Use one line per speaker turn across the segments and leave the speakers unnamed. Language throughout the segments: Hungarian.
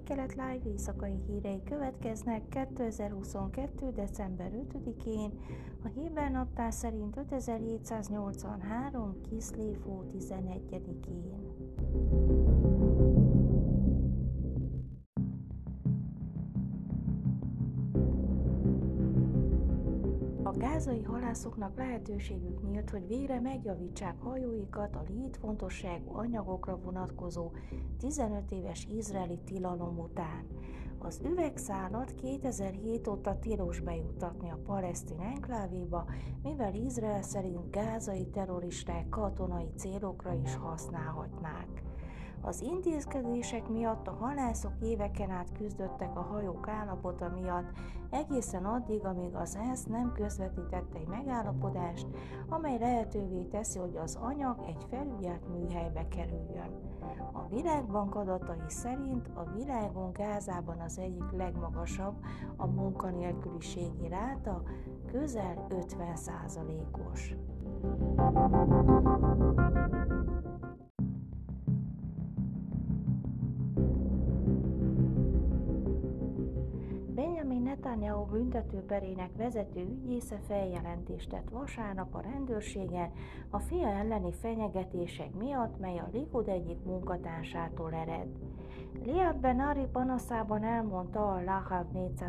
Kellet Live éjszakai hírei következnek 2022. december 5-én, a héber naptár szerint 5783. Kiszlév-hó 11-én. A gázai halászoknak lehetőségük nyílt, hogy végre megjavítsák hajóikat a létfontosságú anyagokra vonatkozó 15 éves izraeli tilalom után. Az üvegszálat 2007 óta tilos bejuttatni a palesztin enklávéba, mivel Izrael szerint gázai terroristák katonai célokra is használhatnák. Az intézkedések miatt a halászok éveken át küzdöttek a hajók állapota miatt, egészen addig, amíg az ENSZ nem közvetített egy megállapodást, amely lehetővé teszi, hogy az anyag egy felügyelt műhelybe kerüljön. A Világbank adatai szerint a világon Gázában az egyik legmagasabb a munkanélküliségi ráta, közel 50%-os. Benjamin Netanyahu büntetőperének vezető ügyésze feljelentést tett vasárnap a rendőrségen a fia elleni fenyegetések miatt, mely a Likud egyik munkatársától ered. Liad Ben-Ari panaszában elmondta a Lahav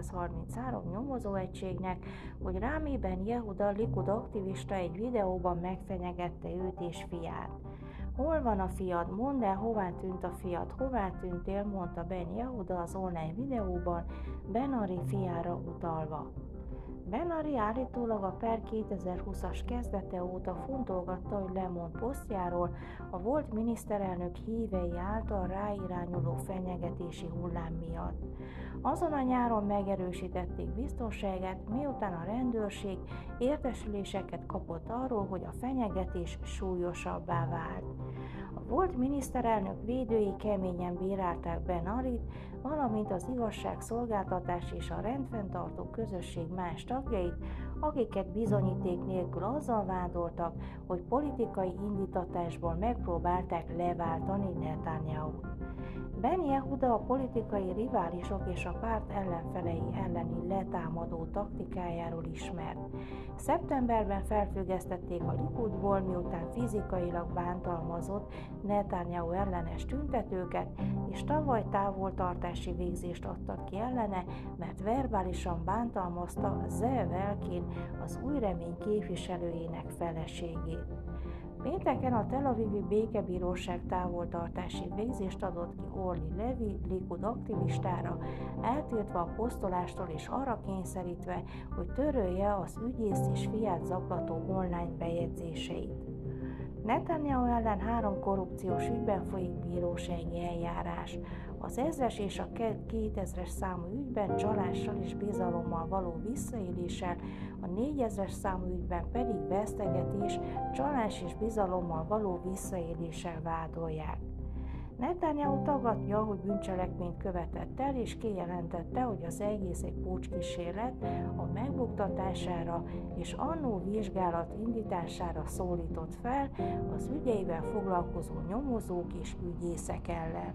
433 nyomozóegységnek, hogy Rami Ben Yehuda Likud aktivista egy videóban megfenyegette őt és fiát. Hol van a fiad? Mondd el, hová tűnt a fiad? Hová tűntél? Mondta Ben Yehuda az online videóban, Ben-Ari fiára utalva. Ben-Ari állítólag a per 2020-as kezdete óta fontolgatta, hogy lemond posztjáról a volt miniszterelnök hívei által ráirányuló fenyegetési hullám miatt. Azon a nyáron megerősítették biztonságát, miután a rendőrség értesüléseket kapott arról, hogy a fenyegetés súlyosabbá vált. A volt miniszterelnök védői keményen bírálták Ben-Arit, valamint az igazságszolgáltatás és a rendfenntartó közösség más tagjait, akiket bizonyíték nélkül azzal vádoltak, hogy politikai indítatásból megpróbálták leváltani Netanyahut. Ben Yehuda a politikai riválisok és a párt ellenfelei elleni letámadó taktikájáról ismert. Szeptemberben felfüggesztették a Likudból, miután fizikailag bántalmazott Netanyahu ellenes tüntetőket, és tavaly távoltartási végzést adtak ki ellene, mert verbálisan bántalmazta Zeev Elkin, az Új Remény képviselőjének feleségét. Pénteken a Tel Avivi békebíróság távoltartási végzést adott ki Orli Levi, Likud aktivistára, eltiltva a posztolástól és arra kényszerítve, hogy törölje az ügyész és fiát zaklató online bejegyzéseit. Netanyahu ellen 3 korrupciós ügyben folyik bírósági eljárás. Az 1000-es és a 2000-es számú ügyben csalással és bizalommal való visszaéléssel, a 4000-es számú ügyben pedig vesztegetés, csalás és bizalommal való visszaéléssel vádolják. Netanyahu tagadja, hogy bűncselekményt követett el, és kijelentette, hogy az egész egy puccs-kísérlet a megbuktatására és annó vizsgálat indítására szólított fel az ügyeivel foglalkozó nyomozók és ügyészek ellen.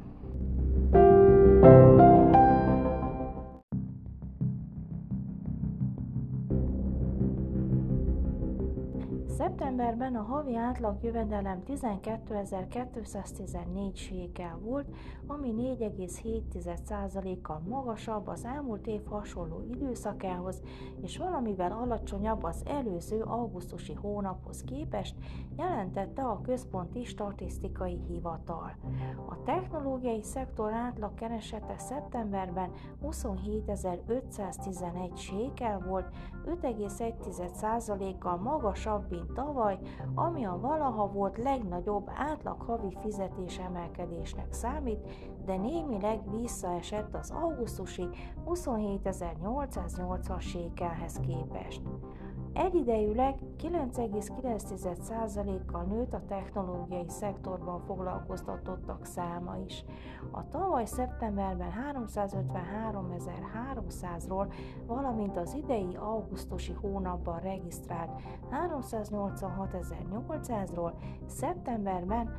Szeptemberben a havi átlagjövedelem 12.214 sékel volt, ami 4,7%-kal magasabb az elmúlt év hasonló időszakához, és valamivel alacsonyabb az előző augusztusi hónaphoz képest, jelentette a Központi Statisztikai Hivatal. A technológiai szektor átlagkeresete szeptemberben 27.511 sékel volt, 5,1%-kal magasabb, mint tavaly, ami a valaha volt legnagyobb átlag havi fizetés emelkedésnek számít, de némileg visszaesett az augusztusi 27.880 sékelhez képest. Egyidejűleg 9,9%-kal nőtt a technológiai szektorban foglalkoztatottak száma is. A tavaly szeptemberben 353.300-ról, valamint az idei augusztusi hónapban regisztrált 386.800-ról szeptemberben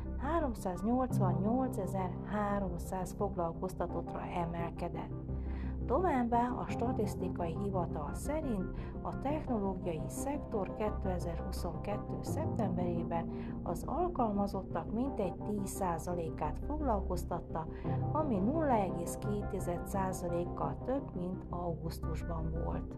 388.300 foglalkoztatottra emelkedett. Továbbá a statisztikai hivatal szerint a technológiai szektor 2022. szeptemberében az alkalmazottak mintegy 10%-át foglalkoztatta, ami 0,2%-kal több, mint augusztusban volt.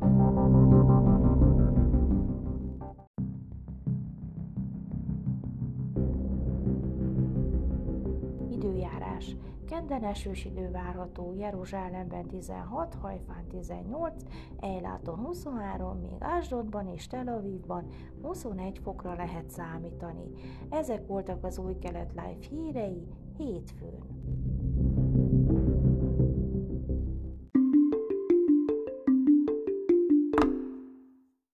Időjárás. Kedden esős idő várható, Jeruzsálemben 16, Hajfán 18, Ejláton 23, míg Ásdodban és Tel Avivban 21 fokra lehet számítani. Ezek voltak az Új Kelet Live hírei hétfőn.